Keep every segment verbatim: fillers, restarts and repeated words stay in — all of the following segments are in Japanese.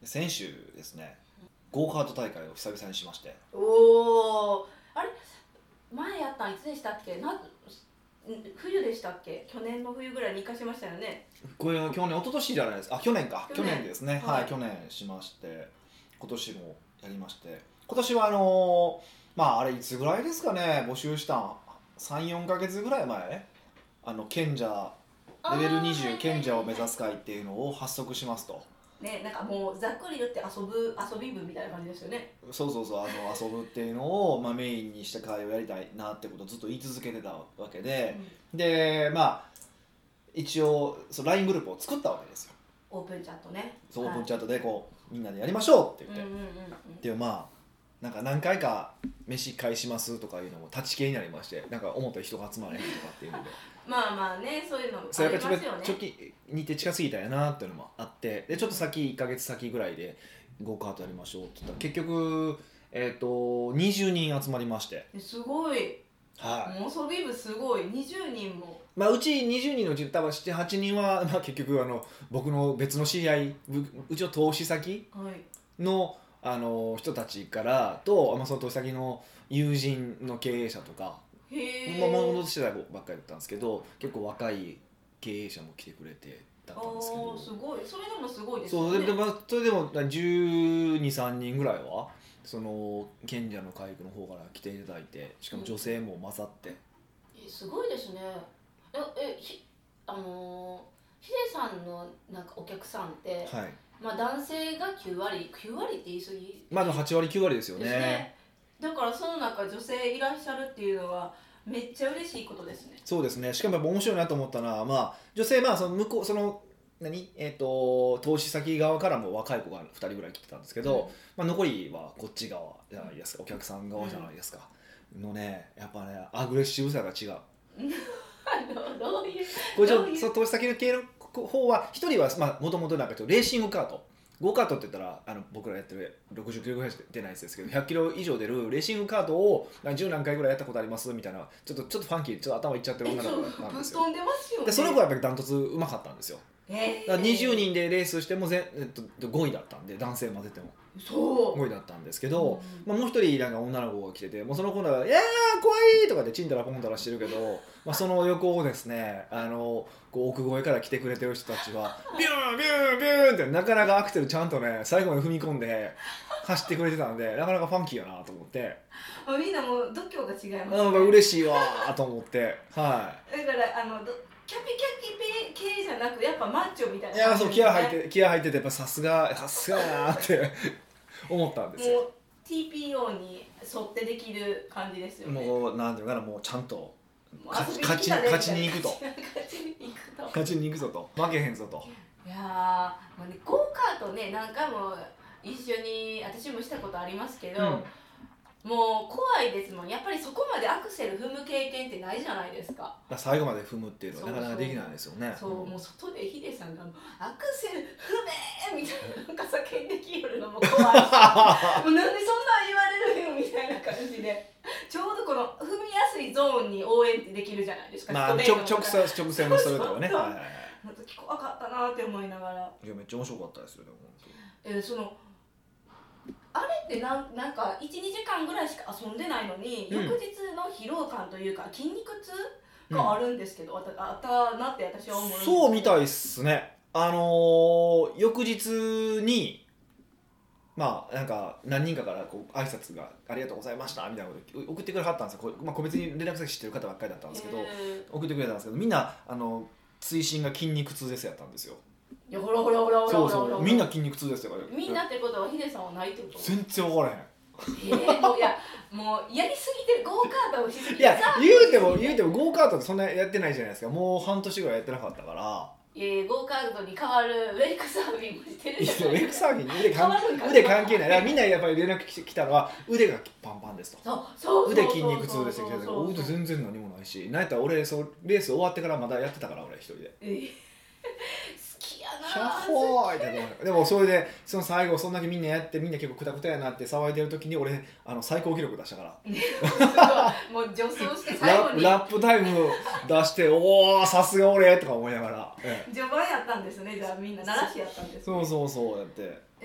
先週ですね、ゴーカート大会を久々にしまして。 おお、あれ前やったんいつでしたっけ？な冬でしたっけ？去年の冬ぐらいに行かしましたよね。 これは去年、一昨年じゃないですか。あ、去年か。去去年年ですね。 はいはい、去年しまして、今年もやりまして。今年はあのー、まああれいつぐらいですかね、募集したんさん、よんかげつぐらい前、あの賢者レベルにじゅう賢者を目指す会っていうのを発足しますと。 ね、なんかもうざっくり言って遊ぶ遊び部みたいな感じですよね。 そうそうそう、あの遊ぶっていうのを、まあ、メインにした会をやりたいなってことをずっと言い続けてたわけで、うん、でまあ一応そう ライン グループを作ったわけですよ。 オープンチャットね。 そう、 はい、 オープンチャットでこうみんなでやりましょうって言って、 うんうんうんうん、 でまあなんか何回か飯会しますとかいうのも立ち消えになりまして、なんか思った人が集まれへんとかっていうのでまあまあね、そういうのありますそれよね。 やっぱりちょっと日程近すぎたやなっていうのもあって、でちょっと先いっかげつ先ぐらいでゴーカートやりましょうって言ったら結局、えー、とにじゅうにん集まりまして。 すごい、 はい、 もう遊び部すごい、にじゅうにんも。 まあ、うちにじゅうにんのうち多分ななはちにんは、まあ、結局あの僕の別の知り合い、うちの投資先の、はい、あの人たちからと、まあ、その投資先の友人の経営者とか、まあ、戻してたばっかりだったんですけど、結構若い経営者も来てくれてだったんですけど、 すごい、それでもすごいですよね。 そうで、まあ、それでもじゅうに、さんにんぐらいはその賢者の会の方から来ていただいて、しかも女性も混ざって、 うん、すごいですね。ええひあのー、ヒデさんのなんかお客さんって、はい、まあ、男性がきゅうわり、きゅうわりって言い過ぎ、 まあ、はちわりきゅうわりですよ ね, ですね。 だからその中女性いらっしゃるっていうのはめっちゃ嬉しいことですね。 そうですね。しかもやっぱ面白いなと思ったのは、まあ、女性、まあ、その向こうその何、えー、と投資先側からも若い子がふたりぐらい来てたんですけど、うん、まあ、残りはこっち側じゃないですか、お客さん側じゃないですか、うん、のね、やっぱねアグレッシブさが違うあのどういうこれちょっとその投資先の系の方は一人はもともとレーシングカート、ゴーカートって言ったらあの僕らやってるろくじゅっキロぐらいしか出ないやつですけど、ひゃっキロ以上出るレーシングカートをじゅうなんかいぐらいやったことありますみたいな、ちょっとちょっとファンキー、ちょっと頭いっちゃってる女の子なんですよ。 ぶっ飛んでますよね。 でその子はやっぱりダントツうまかったんですよ。えー、だからにじゅうにんでレースしてもぜ、えっと、ごいだったんで、男性混ぜてもそうごいだったんですけど、うん、まあ、もう一人なんか女の子が来てて、もうその子が「いやー怖い!」とかでチンタラポンタラしてるけど、まあ、その横をですね、あのこう奥越えから来てくれてる人たちはビューンビューンビューンってなかなかアクセルちゃんとね最後まで踏み込んで走ってくれてたんで、なかなかファンキーやなと思って、 みんなもう度胸が違いますね。 あ、嬉しいわと思って、はい、 だからあのキャピキャピ系じゃなくやっぱマッチョみたいな、ね、 いやそう気合入って気合入ってて、やっぱさすがさすがやなって思ったんですよ。 もう ティーピーオー に沿ってできる感じですよね。 もうなんていうかな、もうちゃんと勝ち勝ちに行くと勝ちに行くぞと負けへんぞと。 いやー、まあね、ゴーカートね何回も一緒に私もしたことありますけど、うん、もう怖いですもん。やっぱりそこまでアクセル踏む経験ってないじゃないですか。 最後まで踏むっていうのはなかなかできないですよね。 そう、うん、もう外でヒデさんがアクセル踏めーみたいな、なんか叫んできよるのも怖いしもうなんでそんなん言われるよみたいな感じで、ちょうどこの踏みやすいゾーンに応援ってできるじゃないですか。 まあ、直直直線のストレートはね。はいはいはい。 あの時怖かったなって思いながら。 いやめっちゃ面白かったですよね本当に。えー、そのあれってなんなんかいち、にじかんぐらいしか遊んでないのに、うん、翌日の疲労感というか筋肉痛があるんですけど、うん、あったあったなって私は思うんですけど。 そうみたいっすね。あのー、翌日にまあなんか何人かからこう挨拶がありがとうございましたみたいなこと送ってくれはったんですよ。まあ、個別に連絡先知ってる方ばっかりだったんですけど、送ってくれたんですけど、みんなあの追伸が筋肉痛ですやったんですよ。 いやほらほらほらほらそうそう、みんな筋肉痛ですよ。 みんなってことはヒデさんはないってこと？ 全然分からへん。 えー、もういやもうやりすぎてる、ゴーカートをしすぎて。 いや言うても言うてもゴーカートってそんなやってないじゃないですか。もう半年ぐらいやってなかったから。 えー、ゴーカートに代わるウェイクサーフィンもしてるじゃないですか。 ウェイクサーフィン腕関腕関係ない。だからみんなやっぱり連絡来たのは腕がパンパンですと。 そうそう腕筋肉痛ですよ。腕全然何もないし、なんやったら俺そうレース終わってからまだやってたから俺一人で。えーシャッホーイってでもそれでその最後そんだけみんなやってみんな結構クタクタやなって騒いでる時に俺あの最高記録出したからもう助走して最後にラ, ラップタイム出しておおさすが俺とか思いながら、 ええ、序盤やったんですね。じゃあみんな鳴らしやったんです、ね、 そうそうそうやって。 えあれ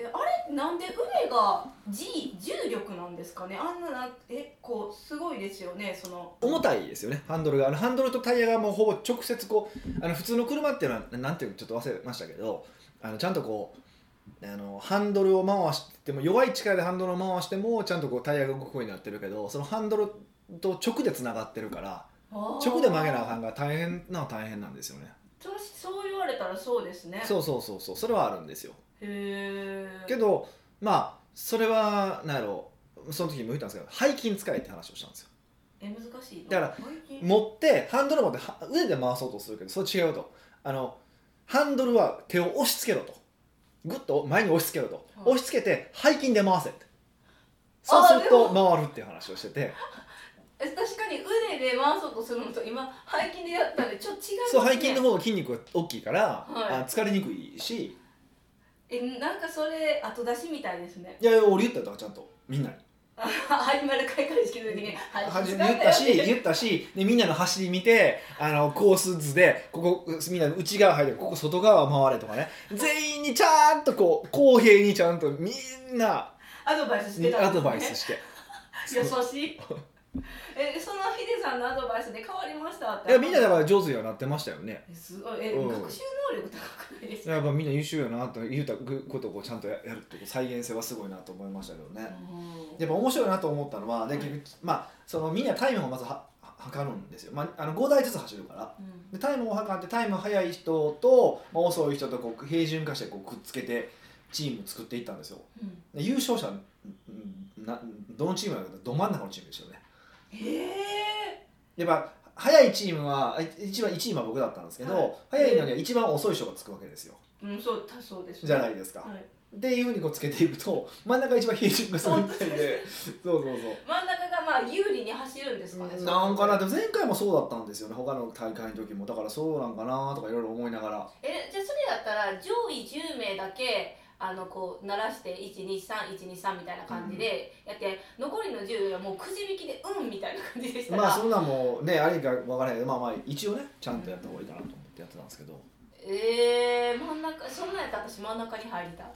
なんで腕が G 重力なんですかね。あんななえこうすごいですよね。その重たいですよねハンドルが。あのハンドルとタイヤがもうほぼ直接こうあの普通の車っていうのはなんていうのちょっと忘れましたけどあのちゃんとこうあのハンドルを回しても弱い力でハンドルを回してもちゃんとこうタイヤが動くようになってるけどそのハンドルと直でつながってるから直で曲げなあかんが大変な大変なんですよね。 そうそう言われたらそうですね。 そうそうそうそうそれはあるんですよ。 へえ。 けどまあそれは何やろうその時も言ったんですけど背筋使えって話をしたんですよ。 え難しいの。 だから持ってハンドル持って腕で回そうとするけどそれ違うとあのハンドルは手を押し付けろとグッと前に押し付けろと、はい、押し付けて背筋で回せってそうすると回るっていう話をしてて確かに腕で回そうとするのと今背筋でやったんでちょっと違いますね。 そう背筋の方が筋肉が大きいから、はい、あ疲れにくいしえなんかそれ後出しみたいですね。 いやいや俺言ったからちゃんとみんなに始まる開会式の時に言ったし言ったしでみんなの走り見てあのコース図でここみんなの内側入ってここ外側回れとかね全員にちゃんとこう公平にちゃんとみんなアドバイスしてたんですね。 アドバイスして優しいえそのヒデさんのアドバイスで変わりましたって。 いやみんなだから上手にはなってましたよね。 すごいえ、うん、学習能力高くないですか。 やっぱみんな優秀やなと言ったことをこうちゃんとやるって再現性はすごいなと思いましたけどね。やっぱ面白いなと思ったのはで、うん、まあそのみんなタイムをまずは測るんですよ、まあ、あのごだいずつ走るから、うん、でタイムを測ってタイム速い人と、まあ、遅い人とこう平準化してこうくっつけてチーム作っていったんですよ、うん、で優勝者などのチームなのかど真ん中のチームですよね。 へえ。 やっぱ速いチームは一番いちいは僕だったんですけど、はい、速いのには一番遅い人がつくわけですよ。 うん、そうそうです、ね、 じゃないですか。はい、っていうふうにこうつけていくと真ん中一番平準化するみたいでそうそうそう真ん中がまあ有利に走るんですかね。 なんかなでも前回もそうだったんですよね他の大会の時もだからそうなんかなとかいろいろ思いながら。 えじゃあそれだったら上位じゅうめいだけあのこう鳴らしていちにさんいちにさんみたいな感じでやって、うん、残りのじゅうはもうくじ引きでうんみたいな感じでしたらまあそんなんもねありか分からないけどまあまあ一応ねちゃんとやった方がいいかなと思ってやってたんですけど、 えー、真ん中そんなんやったら私真ん中に入りたい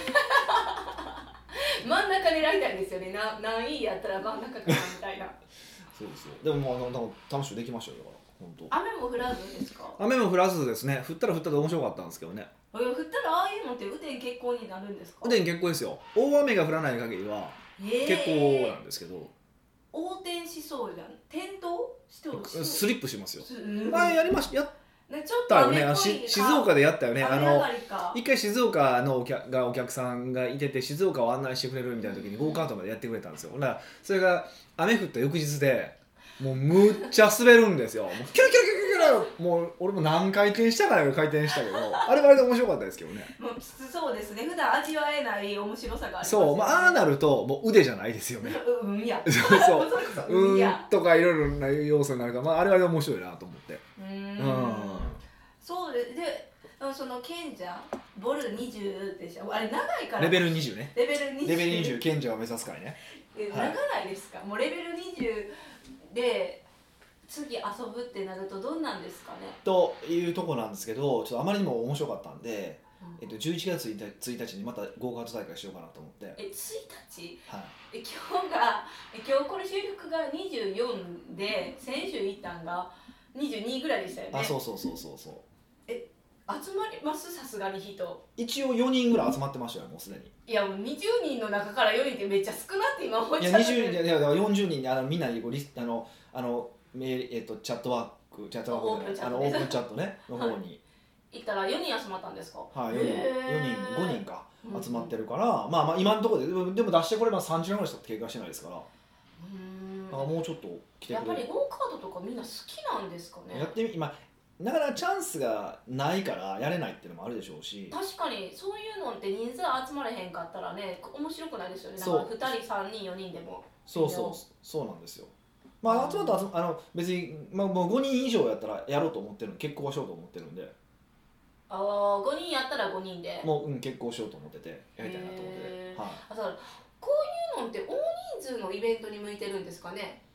真ん中狙いたいんですよね。な何位やったら真ん中かなみたいなそうですよ。でももうあの楽しくできましたよだから本当。 雨も降らずですか。 雨も降らずですね。降ったら降ったで面白かったんですけどね。 降ったらああいうのって雨天決行になるんですか。 雨天決行ですよ。大雨が降らない限りは決行なんですけど、 えー、横転しそうじゃん。転倒してほしい。 スリップしますよ。前やりました。やっね、ちょっと雨っぽいね、静岡でやったよね。あの一回静岡のお客がお客さんがいてて静岡を案内してくれるみたいな時にゴーカートまでやってくれたんですよ。だからそれが雨降った翌日でもうむっちゃ滑るんですよ。もうキュルキュルキュルキュルもう俺も何回転したかよ回転したけどあれはあれで面白かったですけどね。 もうそうですね。普段味わえない面白さがありますよね。そう、まあ、ああなるともう腕じゃないですよね。 うんや。 そうそう。うんとかいろいろな要素になるから、まあ、あれはあれで面白いなと思って。 うん。うんそうででその賢者ボルにじゅうでしょ。あれ長いから。 レベルにじゅうね。 レベルにじゅう。 レベルにじゅう賢者を目指す会ね。 長ないですか。はい、もうレベルにじゅうで次遊ぶってなるとどんなんですかね。 というとこなんですけど、ちょっとあまりにも面白かったんで、うん、えっとじゅういちがつついたちにまたゴーカート大会しようかなと思って。 えついたち？ はい。 え今日が今日これ収録がにじゅうよんで先週行ったんがにじゅうにぐらいでしたよね。 あ、そうそうそうそうそう。 え集まりますさすがに人。 一応よにんぐらい集まってましたよもうすでに。 いやもうにじゅうにんの中からよにんってめっちゃ少なって今思っちゃった。 いやにじゅうにんいやだからよんじゅうにんであのみんなにこうリスあのあのメールえっとチャットワークチャットワークじゃないあのオープンチャットねの方に行ったらよにん集まったんですか。 はい、よにんよにんごにんか集まってるから、うん、まあまあ今のところででも出してこればさんじかんぐらいしか経過してないですから。うんあもうちょっと来てくれる。 やっぱりゴーカートとかみんな好きなんですかね。 やってみ今なかなかチャンスがないからやれないっていうのもあるでしょうし。 確かにそういうのって人数集まれへんかったらね面白くないですよね。なんかふたりさんにんよにんでも。 そうそうそうなんですよ。まあ集まったらあの別に、まあ、もうごにん以上やったらやろうと思ってるの結婚はしようと思ってるんで。 ああごにんやったらごにんでもう、うん、結婚しようと思っててやりたいなと思ってて、はい、 あだからこういうのって大人数のイベントに向いてるんですかね。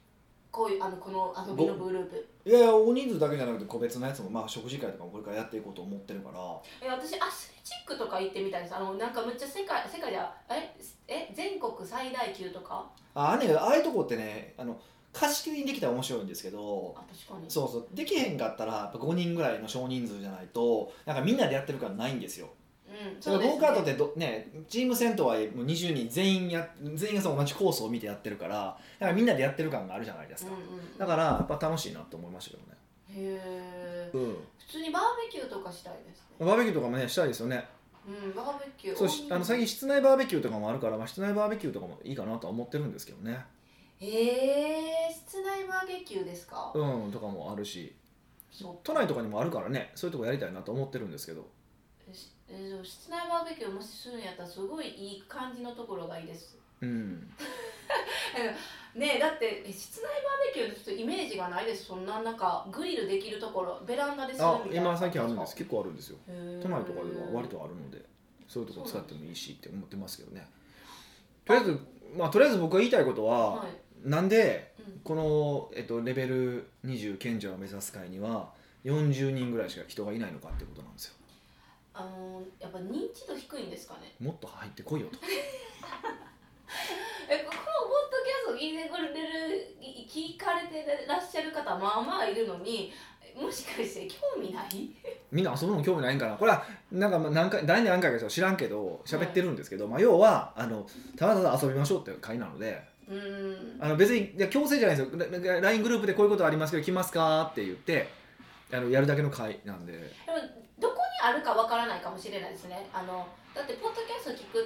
こういうあのこの遊びのグループ。 いやいや大人数だけじゃなくて個別のやつもまあ食事会とかもこれからやっていこうと思ってるから。 え私アスレチックとか行ってみたいです。あのなんかむっちゃ世界世界じゃええ全国最大級とか。 ああねああいうとこってねあの貸し切りにできたら面白いんですけど、 あ確かにそうそうできへんかったらやっぱごにんぐらいの少人数じゃないとなんかみんなでやってるからないんですよ。 うん、 それゴーカートってど、ね、チーム戦とはいえもうにじゅうにん全員や全員がその同じコースを見てやってるからだからみんなでやってる感があるじゃないですか、 うんうん、 だからやっぱ楽しいなと思いましたけどね。 へえ、 うん、 普通にバーベキューとかしたいですね。 バーベキューとかもねしたいですよね。 うんバーベキューそうあの最近室内バーベキューとかもあるから、まあ、室内バーベキューとかもいいかなとは思ってるんですけどね。 へえ室内バーベキューですか。 うんとかもあるし都内とかにもあるからねそういうとこやりたいなと思ってるんですけど。 えー、室内バーベキューもしするんやったらすごいいい感じのところがいいです。 うんねえだって室内バーベキューのちょっとイメージがないです。そんななんかグリルできるところベランダでするみたいな。 あ今最近あるんです結構あるんですよ。都内とかでは割ととあるのでそういうとこ使ってもいいしって思ってますけどね。とりあえずまあとりあえず僕が言いたいことは、はい、なんでこの、えっと、レベルにじゅう賢者を目指す会にはよんじゅうにんぐらいしか人がいないのかってことなんですよ。 あのやっぱ認知度低いんですかね。 もっと入ってこいよとえこのポッドキャスト聞いてくれてる聞かれてらっしゃる方まあまあいるのにもしかして興味ないみんな遊ぶの興味ないんかな。これはなんか何回誰に何回か知らんけど喋ってるんですけど、はい、まあ、要はあのただただ遊びましょうっていう会なのでうんあの別に強制じゃないですよ。 ライン グループでこういうことありますけど来ますかって言ってあのやるだけの会なんで。でもどこにあるかわからないかもしれないですね。あのだってポッドキャスト聞くって、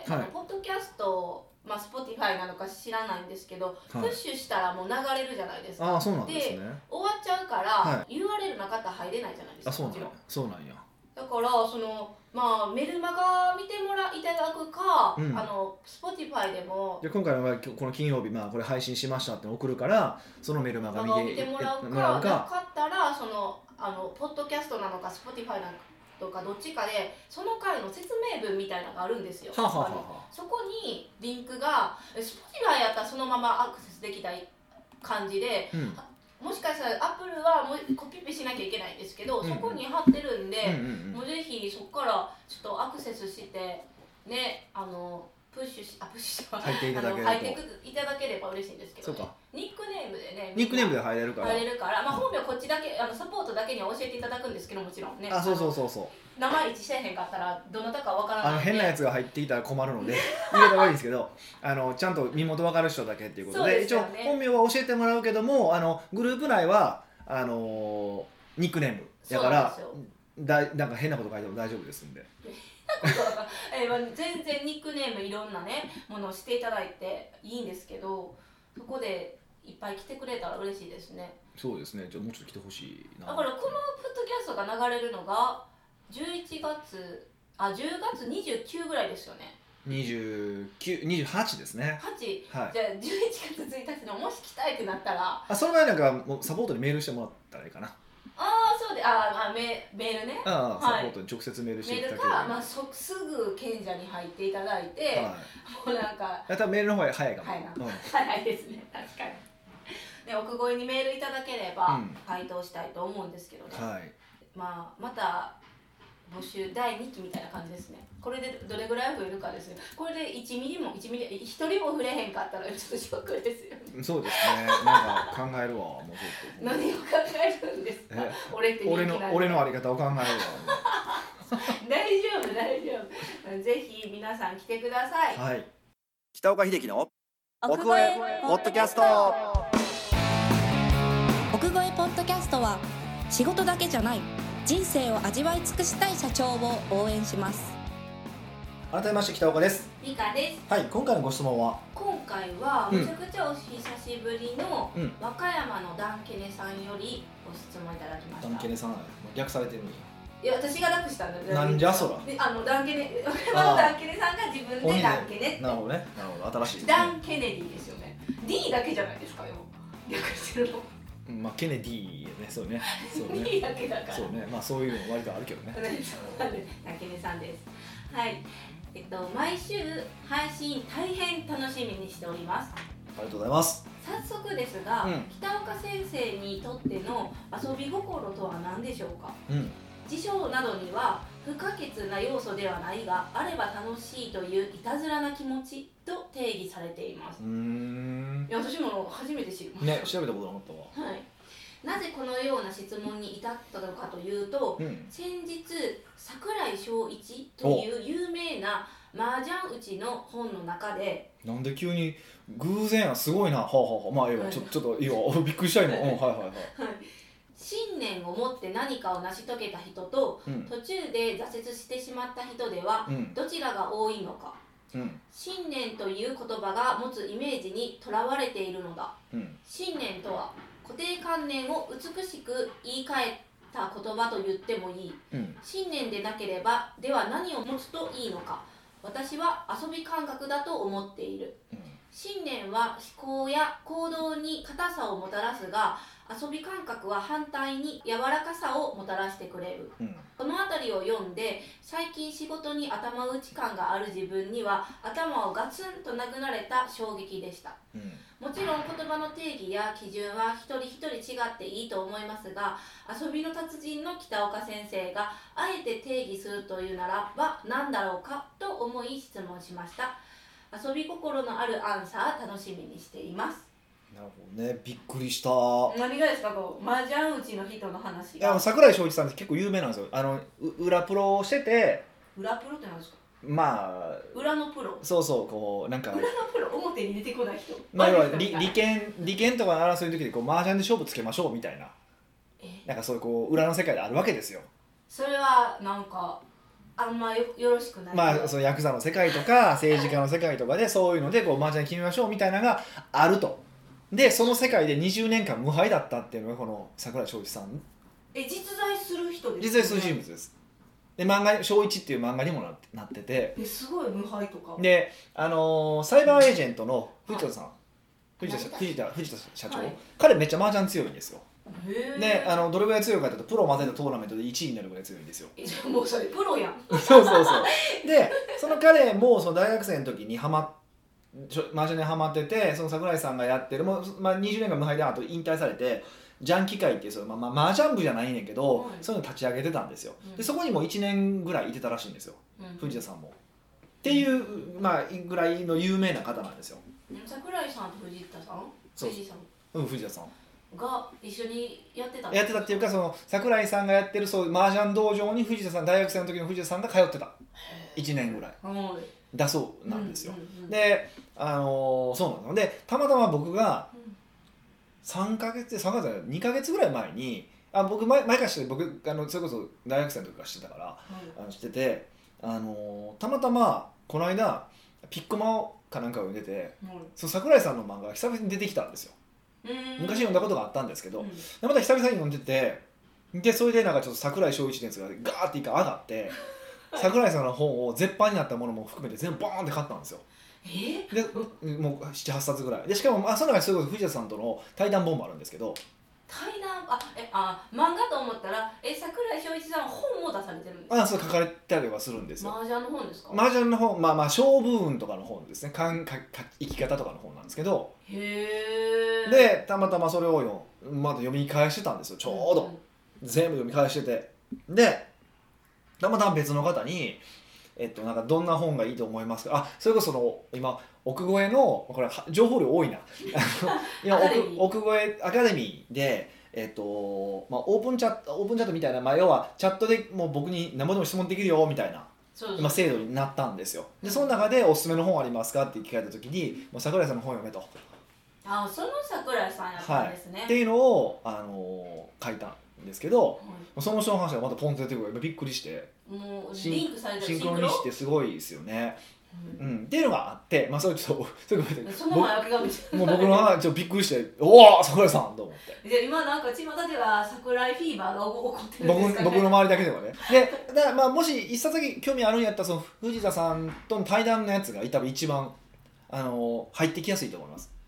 はい、あのポッドキャスト、まあ、Spotify なのか知らないんですけど、はい、プッシュしたらもう流れるじゃないですか。 あそうなんですね。で終わっちゃうから、はい、ユーアールエル なかったら入れないじゃないですか。 あそうなんやそうなんや。 だからそのまあメルマガ見てもらいただくか、うん、あの Spotify でもで今回のこの金曜日、まあ、これ配信しましたって送るからそのメルマガ見て見てもらうか、なかったらそのあのポッドキャストなのか Spotify なのかとかどっちかでその回の説明文みたいなのがあるんですよ。 ははははそこにリンクが Spotify やったらそのままアクセスできた感じで、うん、もしかしたら Apple はもうコピペしなきゃいけないんですけど、うん、そこに貼ってるんで、うんうんうん、もうぜひそこからちょっとアクセスしてねあのプッシュしあプッシュ入っていただければ入っていただければ嬉しいんですけど、ね、 そうかニックネームでねニックネームで入れるから入れるから、まあ、本名こっちだけあのサポートだけには教えていただくんですけどもちろんねあそうそうそうそう名前一致してへんかったらどなたかわからないあの変なやつが入っていたら困るので言い方悪いんですけどあのちゃんと身元分かる人だけっていうことで、ね、一応本名は教えてもらうけどもあのグループ内はあのニックネームだからだなんか変なこと書いても大丈夫ですんでえー、全然ニックネームいろんなねものをしていただいていいんですけどそこでいっぱい来てくれたら嬉しいですね。 そうですね。じゃあもうちょっと来てほしいな。 だからこのポッドキャストが流れるのがじゅういちがつあじゅうがつにじゅうくぐらいですよね。 にじゅうきゅう、にじゅうはちですね。 はち、はい、じゃあじゅういちがつついたちのもし来たいってなったらあその前なんかもうサポートにメールしてもらったらいいかな。 ああそうでああメメールね。 ああ、はい、サポートに直接メールしていただければ。 メールか、まあ、そすぐ賢者に入っていただいて、はい、もうなんかやったらメールの方が早いかも。 早いな、うん、早いですね確かに。で奥越えにメールいただければ回答したいと思うんですけどね、 うんはい、 まあまた募集だいにきみたいな感じですね。これでどれぐらい増えるかですね。これでいちミリもいちミリひとりも触れへんかったらちょっとショックですよね。 そうですね。なんか考えるわもうちょっと。 何を考えるんですか。俺って俺の俺のあり方を考えるわ。 大丈夫大丈夫。ぜひ皆さん来てください。 はい。北岡秀樹の奥越えポッドキャスト。 奥越えポッドキャストは仕事だけじゃない人生を味わい尽くしたい社長を応援します。 改めまして北岡です。 ミカです。 はい、今回のご質問は今回はめちゃくちゃお久しぶりの和歌山のダンケネさんよりご質問いただきました。 ダンケネさん略されてるんや。 いや私が楽したんだ。 なんじゃそら。 であのダンケネ和歌山のダンケネさんが自分でダンケネって。 なるほどね。なるほど新しいですね。 ダンケネディですよね。D だけじゃないですかよ。略してるの。 まあケネディね、そうね。そうね。 D だけだから。 そうね。まあそういうの割とあるけどね。 ダンケネさんです。はい。えっと毎週配信大変楽しみにしております。 ありがとうございます。 早速ですが、 うん、 北岡先生にとっての遊び心とは何でしょうか。 うん、 辞書などには不可欠な要素ではないがあれば楽しいといういたずらな気持ちと定義されています。 うーん、 いや私も初めて知りました。 ね、調べたことなかったわ。 はい。なぜこのような質問に至ったのかというと、 うん、 先日櫻井翔一という有名な麻雀打ちの本の中で、 なんで急に偶然や、すごいな、はあはあ、まあいいわ、ちょちょっといいわ、びっくりした今、うん、はいはいはい。 信念を持って何かを成し遂げた人と、うん、途中で挫折してしまった人では、うん、どちらが多いのか、うん、信念という言葉が持つイメージにとらわれているのだ、うん、信念とは固定観念を美しく言い換えた言葉と言ってもいい、うん、信念でなければでは何を持つといいのか、私は遊び感覚だと思っている、うん、信念は思考や行動に硬さをもたらすが、遊び感覚は反対に柔らかさをもたらしてくれる、うん、この辺りを読んで最近仕事に頭打ち感がある自分には頭をガツンと殴られた衝撃でした、うん、もちろん言葉の定義や基準は一人一人違っていいと思いますが、遊びの達人の北岡先生があえて定義するというならば何だろうかと思い質問しました。遊び心のあるアンサー楽しみにしています。 なるほどね、びっくりした。 何がですか、こう麻雀打ちの人の話が。 いや、櫻井翔一さんって結構有名なんですよ。あの裏プロをしてて。 裏プロって何ですか。 まあ裏のプロ。 そうそう、こうなんか裏のプロ、表に出てこない人。 まあ要は利権利権とかの争いの時にこう麻雀で勝負つけましょうみたいな、なんかそういうこう裏の世界であるわけですよ。 それはなんかあんま よ, よろしくない。 まあそのヤクザの世界とか政治家の世界とかでそういうのでこう麻雀決めましょうみたいなのがあると。でその世界でにじゅうねんかん無敗だったっていうのがこの櫻井翔一さん。 え、実在する人ですか、ね、 実在する人物です。で漫画翔一っていう漫画にも な, ってなってて、 えすごい無敗とかで、あのー、サイバーエージェントの藤田さん、はい、藤田藤田藤田社長、はい、彼めっちゃ麻雀強いんですよ。で、あのどれぐらい強いかというとプロを混ぜたトーナメントでいちいになるぐらい強いんですよ。 えもうそれプロやんそうそうそうでその彼もその大学生の時にハマっ麻雀にハマってて、その櫻井さんがやってるもう、まあ、にじゅうねんかん無敗であと引退されてジャン機会っていうその、まあまあ、麻雀部じゃないねんけど、はい、そういうの立ち上げてたんですよ、うん、でそこにもいちねんぐらいいてたらしいんですよ、うん、藤田さんもっていう、まあ、ぐらいの有名な方なんですよ。 櫻井さんと藤田さん藤田さんうん藤田さんが一緒にやってたやってたっていうか、その櫻井さんがやってるそう麻雀道場に藤田さん、大学生の時の藤田さんが通ってたいちねんぐらいだそうなんですよ、うんうんうん、で、あのー、そうなのでたまたま僕がさんかげつさんかげつにかげつぐらい前にあ僕前前からして僕あのそれこそ大学生の時からしてたから、はい、あのしてて、あのー、たまたまこの間ピッコマかなんかを読んでて、はい、その櫻井さんの漫画が久々に出てきたんですよ。昔読んだことがあったんですけど、うん、また久々に読んでて、でそれでなんかちょっと櫻井翔一熱がガーって一回上がって櫻井さんの本を絶版になったものも含めて全部ボーンって買ったんですよ。 えでもうななはちさつぐらいで、しかも、あ、その中にそれこそ藤田さんとの対談本もあるんですけど。 対談あえあ漫画と思ったらえ櫻井翔一さんは本を出されてるんですか。 あ、そう書かれたりはするんですよ。 麻雀の本ですか。 麻雀の本、まあまあ勝負運とかの本ですね。かんかか生き方とかの本なんですけど。 へえ。 でたまたまそれをよまだ読み返してたんですよ。ちょうど、うん、全部読み返してて、でたまたま別の方にえっとなんかどんな本がいいと思いますか。あ、それこそその今奥越えのこれ情報量多いな今奥奥越えアカデミーで、えっとまあ、オープンチャットオープンチャットみたいな、まあ、要はチャットでもう僕に何ぼでも質問できるよみたいな今制度になったんですよ。でその中でおすすめの本ありますかって聞かれた時にもう櫻井さんの本読めと。 あ、その櫻井さんやったんですね、 はい、っていうのを、あのー、書いたんですけど、うん、その人の話がまたポンと出てくる。びっくりしてもうリンクされたシンクロにしてすごいですよね、うんうん、っていうのがあって、まあ、それちょっとそれその前がもう僕の話ちょっとびっくりしておお櫻井さんと思ってじゃあ今なんか巷では櫻井フィーバーが起こってるんですかね。 僕, 僕の周りだけではね。でだからまあもし一冊だけ興味あるんやったらその藤田さんとの対談のやつが多分一番、あのー、入ってきやすいと思います。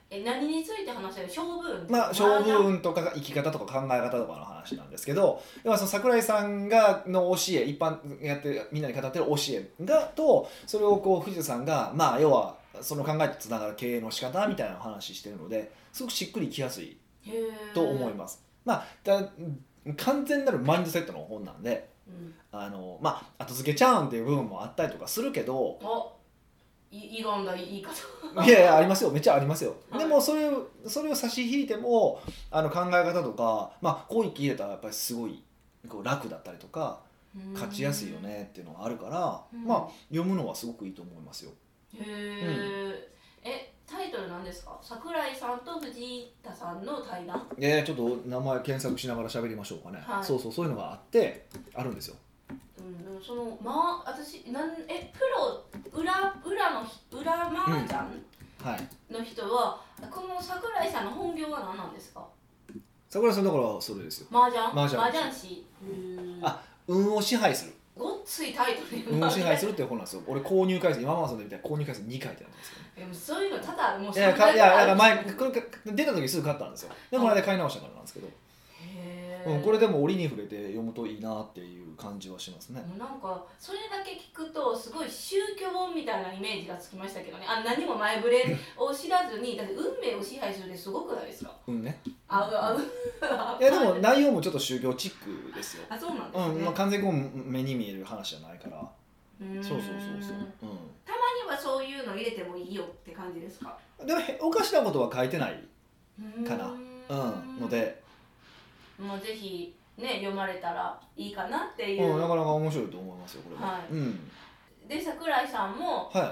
え何について話してる？勝負運、 まあ、勝負運とか生き方とか考え方とかの話なんですけど、要はその桜井さんがの教え、一般やってみんなに語ってる教えがと、それをこう藤田さんが、まあ要はその考えとつながる経営の仕方みたいな話してるので、すごくしっくりきやすいと思います。まあだ完全なるマインドセットの本なんで、うん、あのまあ後付けちゃうんっていう部分もあったりとかするけど、 い, いろんな言い方いやいやありますよ、めっちゃありますよ、はい、でもそれをそれを差し引いてもあの考え方とか、まあ、こういう気入れたらやっぱりすごいこう楽だったりとか勝ちやすいよねっていうのがあるから、まあ読むのはすごくいいと思いますよ。 へえ、うん、えタイトルなんですか？桜井さんと藤田さんの対談。 いやいやちょっと名前検索しながら喋りましょうかね、はい、そうそうそういうのがあってあるんですよ。 うん、そのまあ私なんえプロ裏裏の裏麻雀の人は、うんはい、この桜井さんの本業は何なんですか？ 桜井さんだからそれですよ。 麻雀麻雀麻雀師。 あ、運を支配する。 ごっついタイトル。 運を支配するっていう本なんですよ。俺購入回数今までで見たら購入回数にかいってなんですよ。 でもそういうのただもういやかいやだから前これ出た時すぐ買ったんですよ。でこの間買い直したからなんですけど。うん、これでも折に触れて読むといいなっていう感じはしますね。 なんかそれだけ聞くとすごい宗教本みたいなイメージがつきましたけどね。あ何も前触れを知らずにだって運命を支配するってすごくないですか？ うんね。 あうあういやでも内容もちょっと宗教チックですよ。 あそうなんですね。 うんまあ、完全にこう目に見える話じゃないから。うんそうそうそうそう。うん、 たまにはそういうの入れてもいいよって感じですか？ でもおかしなことは書いてないかな。うんので。 もうぜひね読まれたらいいかなっていう、 うん、なかなか面白いと思いますよこれは、はいうん、 で桜井さんも、 はい、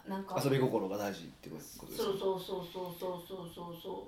なんか遊び心が大事ってことですそうそうそうそうそうそうそうそう、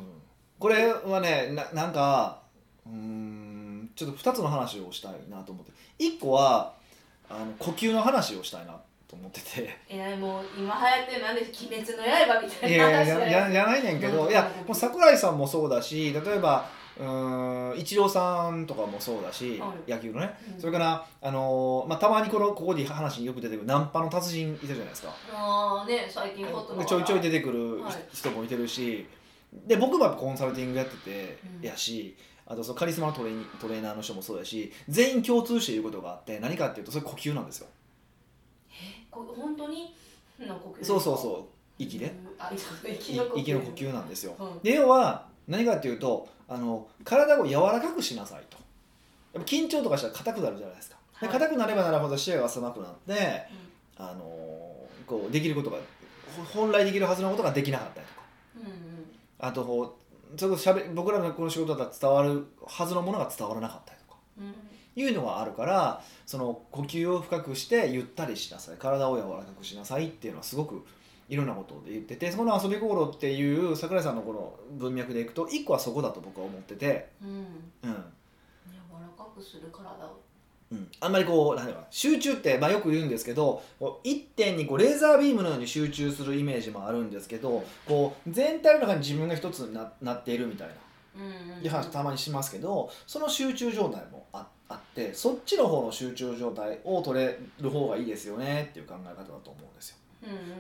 うん、これはね な, なんかうーんちょっとふたつの話をしたいなと思っていっこはあの呼吸の話をしたいなと思っててえー、もう今流行ってるなんで鬼滅の刃みたいな話いやいやじゃないねんけどいやもう桜井さんもそうだし例えばうーんイチローさんとかもそうだし、はい、野球のね、うん、それから、あのーまあ、たまにこのここで話によく出てくるナンパの達人いたじゃないですかああね最近ホットなちょいちょい出てくる人もいてるし、はい、で僕もやっぱコンサルティングやってて、うん、やしあとそのカリスマのトレー、トレーナーの人もそうだし全員共通して言うことがあって何かっていうとそれ呼吸なんですよ。 えこ本当にの呼吸そうそうそう息で、 うん、あ息の呼吸息の呼吸なんですよ、うん、で要は何かっていうとあの体を柔らかくしなさいとやっぱ緊張とかしたら硬くなるじゃないですか、はい、で硬くなればなるほど視野が狭くなって、うん、あのこうできることが本来できるはずのことができなかったりとか、うんうん、あとそれこそしゃべ僕らのこの仕事だったら伝わるはずのものが伝わらなかったりとか、うん、いうのがあるからその呼吸を深くしてゆったりしなさい体を柔らかくしなさいっていうのはすごくいろんなことで言っててその遊び心っていう桜井さんのこの文脈でいくといっこはそこだと僕は思ってて、うんうん、 柔らかくする体を、 うん、あんまりこうなんていうか集中って、まあ、よく言うんですけど一点にこうレーザービームのように集中するイメージもあるんですけどこう全体の中に自分が一つに な, なっているみたいな、うんうん、いう話たまにしますけどその集中状態も あ, あってそっちの方の集中状態を取れる方がいいですよねっていう考え方だと思うんですよ。うんうんうん、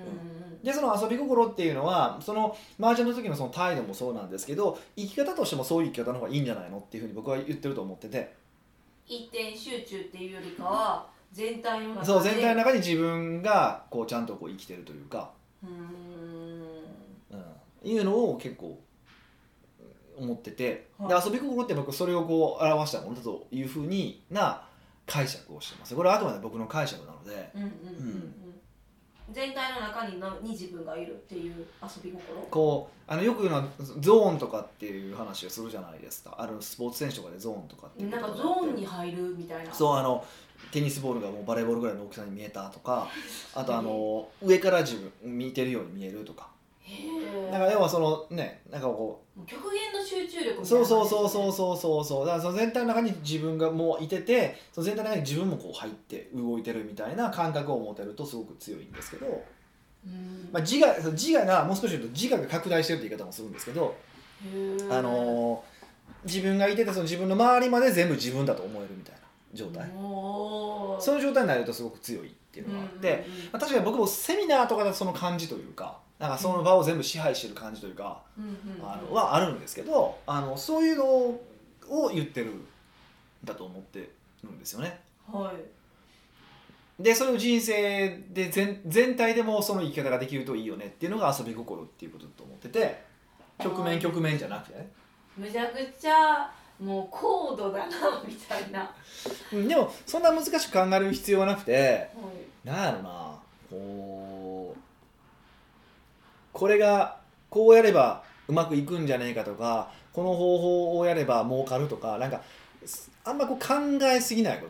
でその遊び心っていうのはその麻雀の時のその態度もそうなんですけど生き方としてもそういう生き方の方がいいんじゃないのっていうふうに僕は言ってると思ってて一点集中っていうよりかは全体の中でそう全体の中に自分がこうちゃんとこう生きてるというかうーん、うん、いうのを結構思ってて、はい、で遊び心って僕それをこう表したものだというふうにな解釈をしてます。これはあくまで僕の解釈なので、うんうんうんうん全体の中にのに自分がいるっていう遊び心こうあのよく言うのはゾーンとかっていう話をするじゃないですかあのスポーツ選手とかでゾーンとかっていうなんかゾーンに入るみたいなそうあのテニスボールがもうバレーボールぐらいの大きさに見えたとかあとあの上から自分見てるように見えるとかへだから要はそのねなんかこう極限の集中力みたいな、ね、 そうそうそうそうそうそうそうだからその全体の中に自分がもういててその全体の中に自分もこう入って動いてるみたいな感覚を持てるとすごく強いんですけど、うんまあ、自我自我がもう少し言うと自我が拡大してるって言い方もするんですけどあの自分がいててその自分の周りまで全部自分だと思えるみたいな状態そういう状態になるとすごく強いっていうのがあって、うんうんうんまあ、確かに僕もセミナーとかでその感じというかなんかその場を全部支配してる感じというか、 うんうんうん、 あのはあるんですけど、あのそういうのを言ってるんだと思ってるんですよね。 はい。 でそれを人生で 全, 全体でもその生き方ができるといいよねっていうのが遊び心っていうことだと思ってて、局面局面じゃなくてね。 むちゃくちゃもう高度だなみたいな。 でもそんな難しく考える必要はなくて、 はい、 なんやろな、こうこれがこうやればうまくいくんじゃねえかとか、この方法をやれば儲かるとか、なんかあんまこう考えすぎないこと。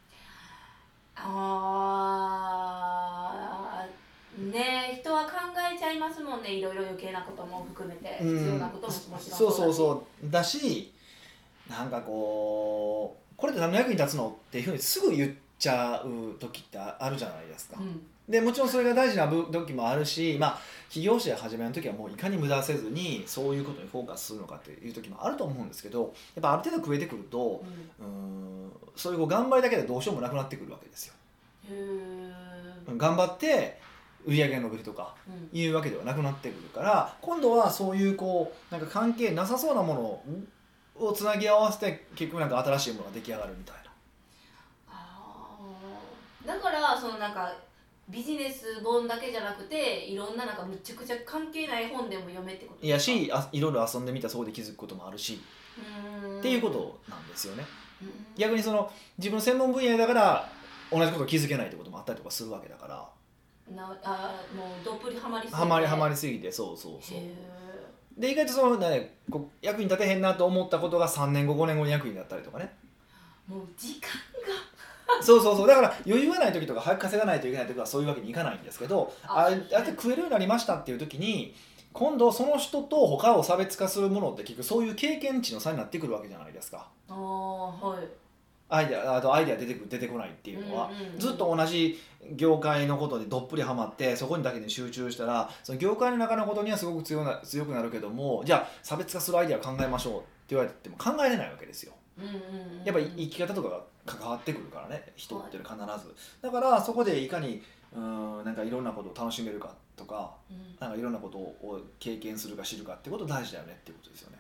あーね、人は考えちゃいますもんね、いろいろ余計なことも含めて、必要なことももちろんそうそうそうだし、なんかこうこれって何の役に立つのっていうふうにすぐ言っちゃう時ってあるじゃないですか、うん、でもちろんそれが大事な時もあるし、まあ起業して始める時はもういかに無駄せずにそういうことにフォーカスするのかっていう時もあると思うんですけど、やっぱある程度増えてくると、うん、うーんそういうこう頑張りだけでどうしようもなくなってくるわけですよ。へー、頑張って売り上げが伸びるとかいうわけではなくなってくるから、今度はそういうこうなんか関係なさそうなものをつなぎ合わせて結局なんか新しいものが出来上がるみたいな。 あだからそのなんかビジネス本だけじゃなくていろんななんかむちゃくちゃ関係ない本でも読めってことですか？いやし、あいろいろ遊んでみたらそこで気づくこともあるしっていうことなんですよね。逆にその自分の専門分野だから同じこと気づけないってこともあったりとかするわけだから、 なあもうどっぷりハマりすぎてハマりハマりすぎてそうそうそうで意外とその、ね、こう役に立てへんなと思ったことがさんねんごごねんごに役に立ったりとかね。 もう時間がそうそうそう、だから余裕がない時とか早く稼がないといけない時はそういうわけにいかないんですけど、ああやって食えるようになりましたっていう時に今度その人と他を差別化するものって結局そういう経験値の差になってくるわけじゃないですか。 あ、はい、 アイデア、あとアイデア出てくる出てこないっていうのは、うんうんうん、ずっと同じ業界のことでどっぷりハマってそこにだけに集中したらその業界の中のことにはすごく 強な強くなるけども、じゃあ差別化するアイデアを考えましょうって言われても考えれないわけですよ。うんうんうん、やっぱり生き方とかが関わってくるからね、人っていうのは必ず。だからそこでいかにうーんなんかいろんなことを楽しめるかとか、うん、なんかいろんなことを経験するか知るかってこと大事だよねっていうことですよね。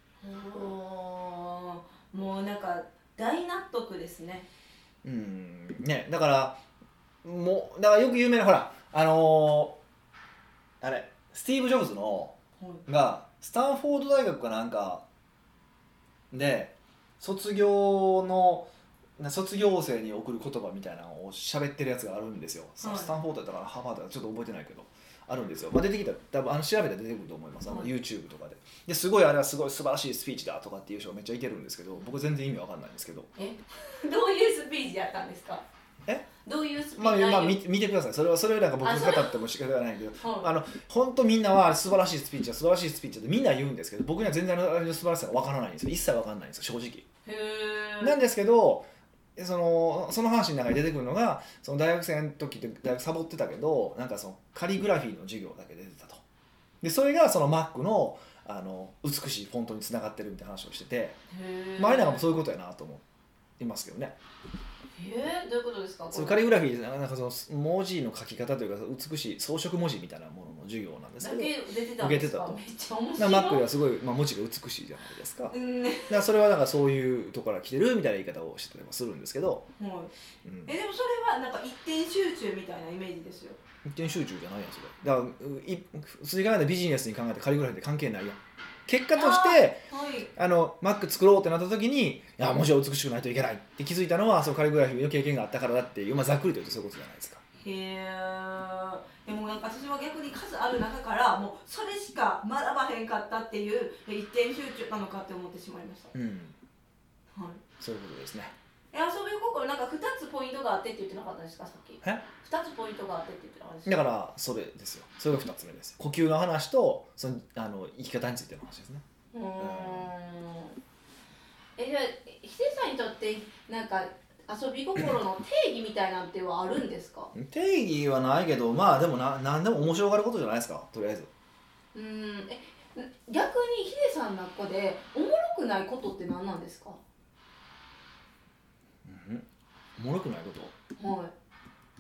おもうなんか大納得ですね。 うんね、だからもうだからよく有名なほらあのー、あれスティーブ・ジョブズの、はい、がスタンフォード大学かなんかで卒業の卒業生に送る言葉みたいなのを喋ってるやつがあるんですよ、はい、スタンフォードだったからハーバードだったかちょっと覚えてないけどあるんですよ、まあ、出てきたら多分あの調べたら出てくると思います、あの YouTube とかで。ですごいあれはすごい素晴らしいスピーチだとかっていう人がめっちゃいけるんですけど、僕全然意味わかんないんですけど。 えどういうスピーチだったんですか？ えどういうスピーチ？ まあ、まあ、見, 見てください。それはそれをなんか僕が語っても仕方がないけど、あの本当みんなは素晴らしいスピーチだ素晴らしいスピーチだってみんな言うんですけど、僕には全然あの素晴らしさがわからないんですよ。一切わかんないんですよ正直。へなんですけど。その, その話の中に出てくるのがその大学生の時って大学サボってたけどなんかそのカリグラフィーの授業だけ出てたと。でそれがその Mac の, あの美しいフォントにつながってるみたいな話をしてて、まああれなんかもそういうことやなと思いますけどね。 えー、どういうことですか？ そうカリグラフィーなんかその文字の書き方というか美しい装飾文字みたいなものの授業なんですけど、 だけ出てたんですか？めっちゃ面白い。 マックではすごい、まあ、文字が美しいじゃないですか。うん、だからそれはなんかそういうところから来てるみたいな言い方をしてたりもするんですけど、 はいうん、えでもそれはなんか一点集中みたいなイメージですよ。 一点集中じゃないやんそれ。だからい普通に考えたビジネスに考えてカリグラフィーって関係ないやん。結果としてあ、はい、あの Mac 作ろうってなった時にいや文字は美しくないといけないって気づいたのはそのカリグラフィーの経験があったからだっていう、まあ、ざっくりと言うとそういうことじゃないですか。 へえ。でもなんか私は逆に数ある中からもうそれしか学ばへんかったっていう一点集中なのかって思ってしまいました。うん、 はい、そういうことですね。 いや遊び心なんかふたつポイントがあってって言ってなかったですかさっき？え？ふたつポイントがあってって言ってなかったですか？ だからそれですよ。それがふたつめです。呼吸の話とそのあの生き方についての話ですね。うーん。 えじゃあヒデさんにとってなんか遊び心の定義みたいなんてはあるんですか？ 定義はないけどまあでもな何でも面白がることじゃないですかとりあえず。 うーんえ逆にヒデさんの中でおもろくないことって何なんですか？ おもろくないこと？ はい。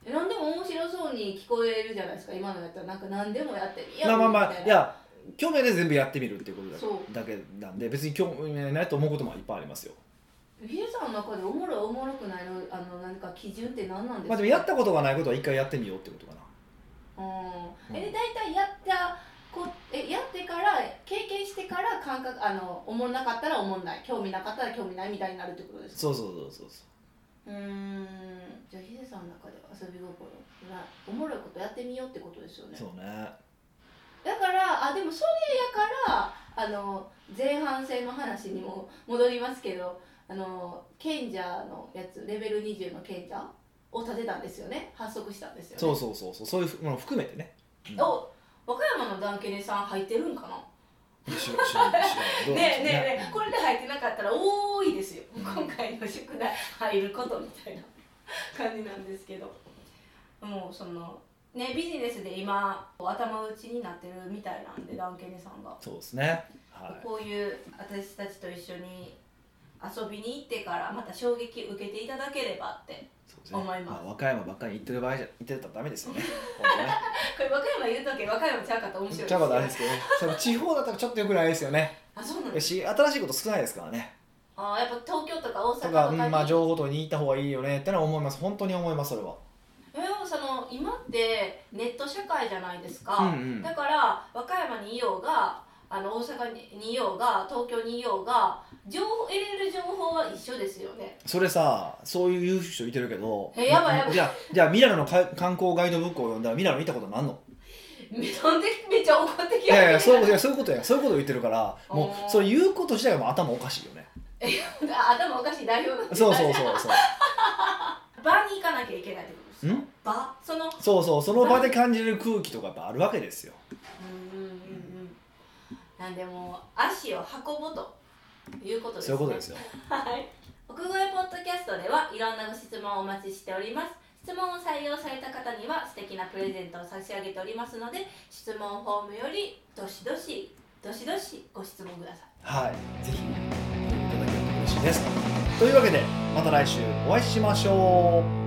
何でも面白そうに聞こえるじゃないですか。今のやったらなんか何でもやってみようみたいな。 まあまあまあいや興味で全部やってみるっていうことそうだけなんで別に興味ないと思うこともいっぱいありますよ。 ヒデさんの中でおもろいおもろくないのあの何か基準って何なんですか。 まあでもやったことがないことは一回やってみようってことかな。 うん、え大体やったこえやってから経験してから感覚あのおもんなかったらおもんない興味なかったら興味ないみたいになるってことですか。 そうそうそうそううーんじゃあヒデさんの中では遊び心なおもろいことやってみようってことですよね。 そうね。 だからあでもそれやからあの前半戦の話にも戻りますけどあの賢者のやつレベルにじゅうの賢者を立てたんですよね。発足したんですよね。 そうそうそうそうそういうもの含めてね。うん、 お和歌山のダンケネさん入ってるんかな。 知ら知ら知らどうねえねえねねえこれで入ってなかったら多いですよ、うん、今回の宿題入ることみたいな感じなんですけどもうそのねビジネスで今頭打ちになってるみたいなんでダンケネさんがそうですね、はい、 こういう私たちと一緒に遊びに行ってからまた衝撃受けていただければって思います。 まあ、和歌山ばっかり行ってる場合じゃ行ってたらダメですよね。本当ねこれ和歌山言うとけ和歌山ちゃうかったら面白いですよ。 ちゃうかったらあれですけどね。その地方だったらちょっとよくないですよね。 あそうなんですし新しいこと少ないですからね。 あやっぱ東京とか大阪とかとか、 に、 うん、まあ情報とかに行った方がいいよねってのは思います。本当に思いますそれは。 でもその今ってネット社会じゃないですか、 うんうん、 だから和歌山にいようがあの大阪にいようが東京にいようが情報得れる情報は一緒ですよね。 それさそういう言う人いてるけどえやばいやばいじゃあじゃあミラノのか観光ガイドブックを読んだらミラノ行ったことなんの。 なんでめっちゃ怒ってきいやいやそういうことやそういうことやそういうことを言ってるからもおーうそういうこと自体がもう頭おかしいよね。 頭おかしい代表なんそうそうそうそう場に行かなきゃいけないってことですか。 ん場そのそうそうその場で感じる空気とかやっぱあるわけですよ。 うんうんうんうんなんでも足を運ぼうということですね。 そういうことですよ。 はい奥越ポッドキャストではいろんなご質問をお待ちしております。質問を採用された方には素敵なプレゼントを差し上げておりますので質問フォームよりどしどしどしどしご質問ください。 はいぜひいただけると嬉しいです。というわけでまた来週お会いしましょう。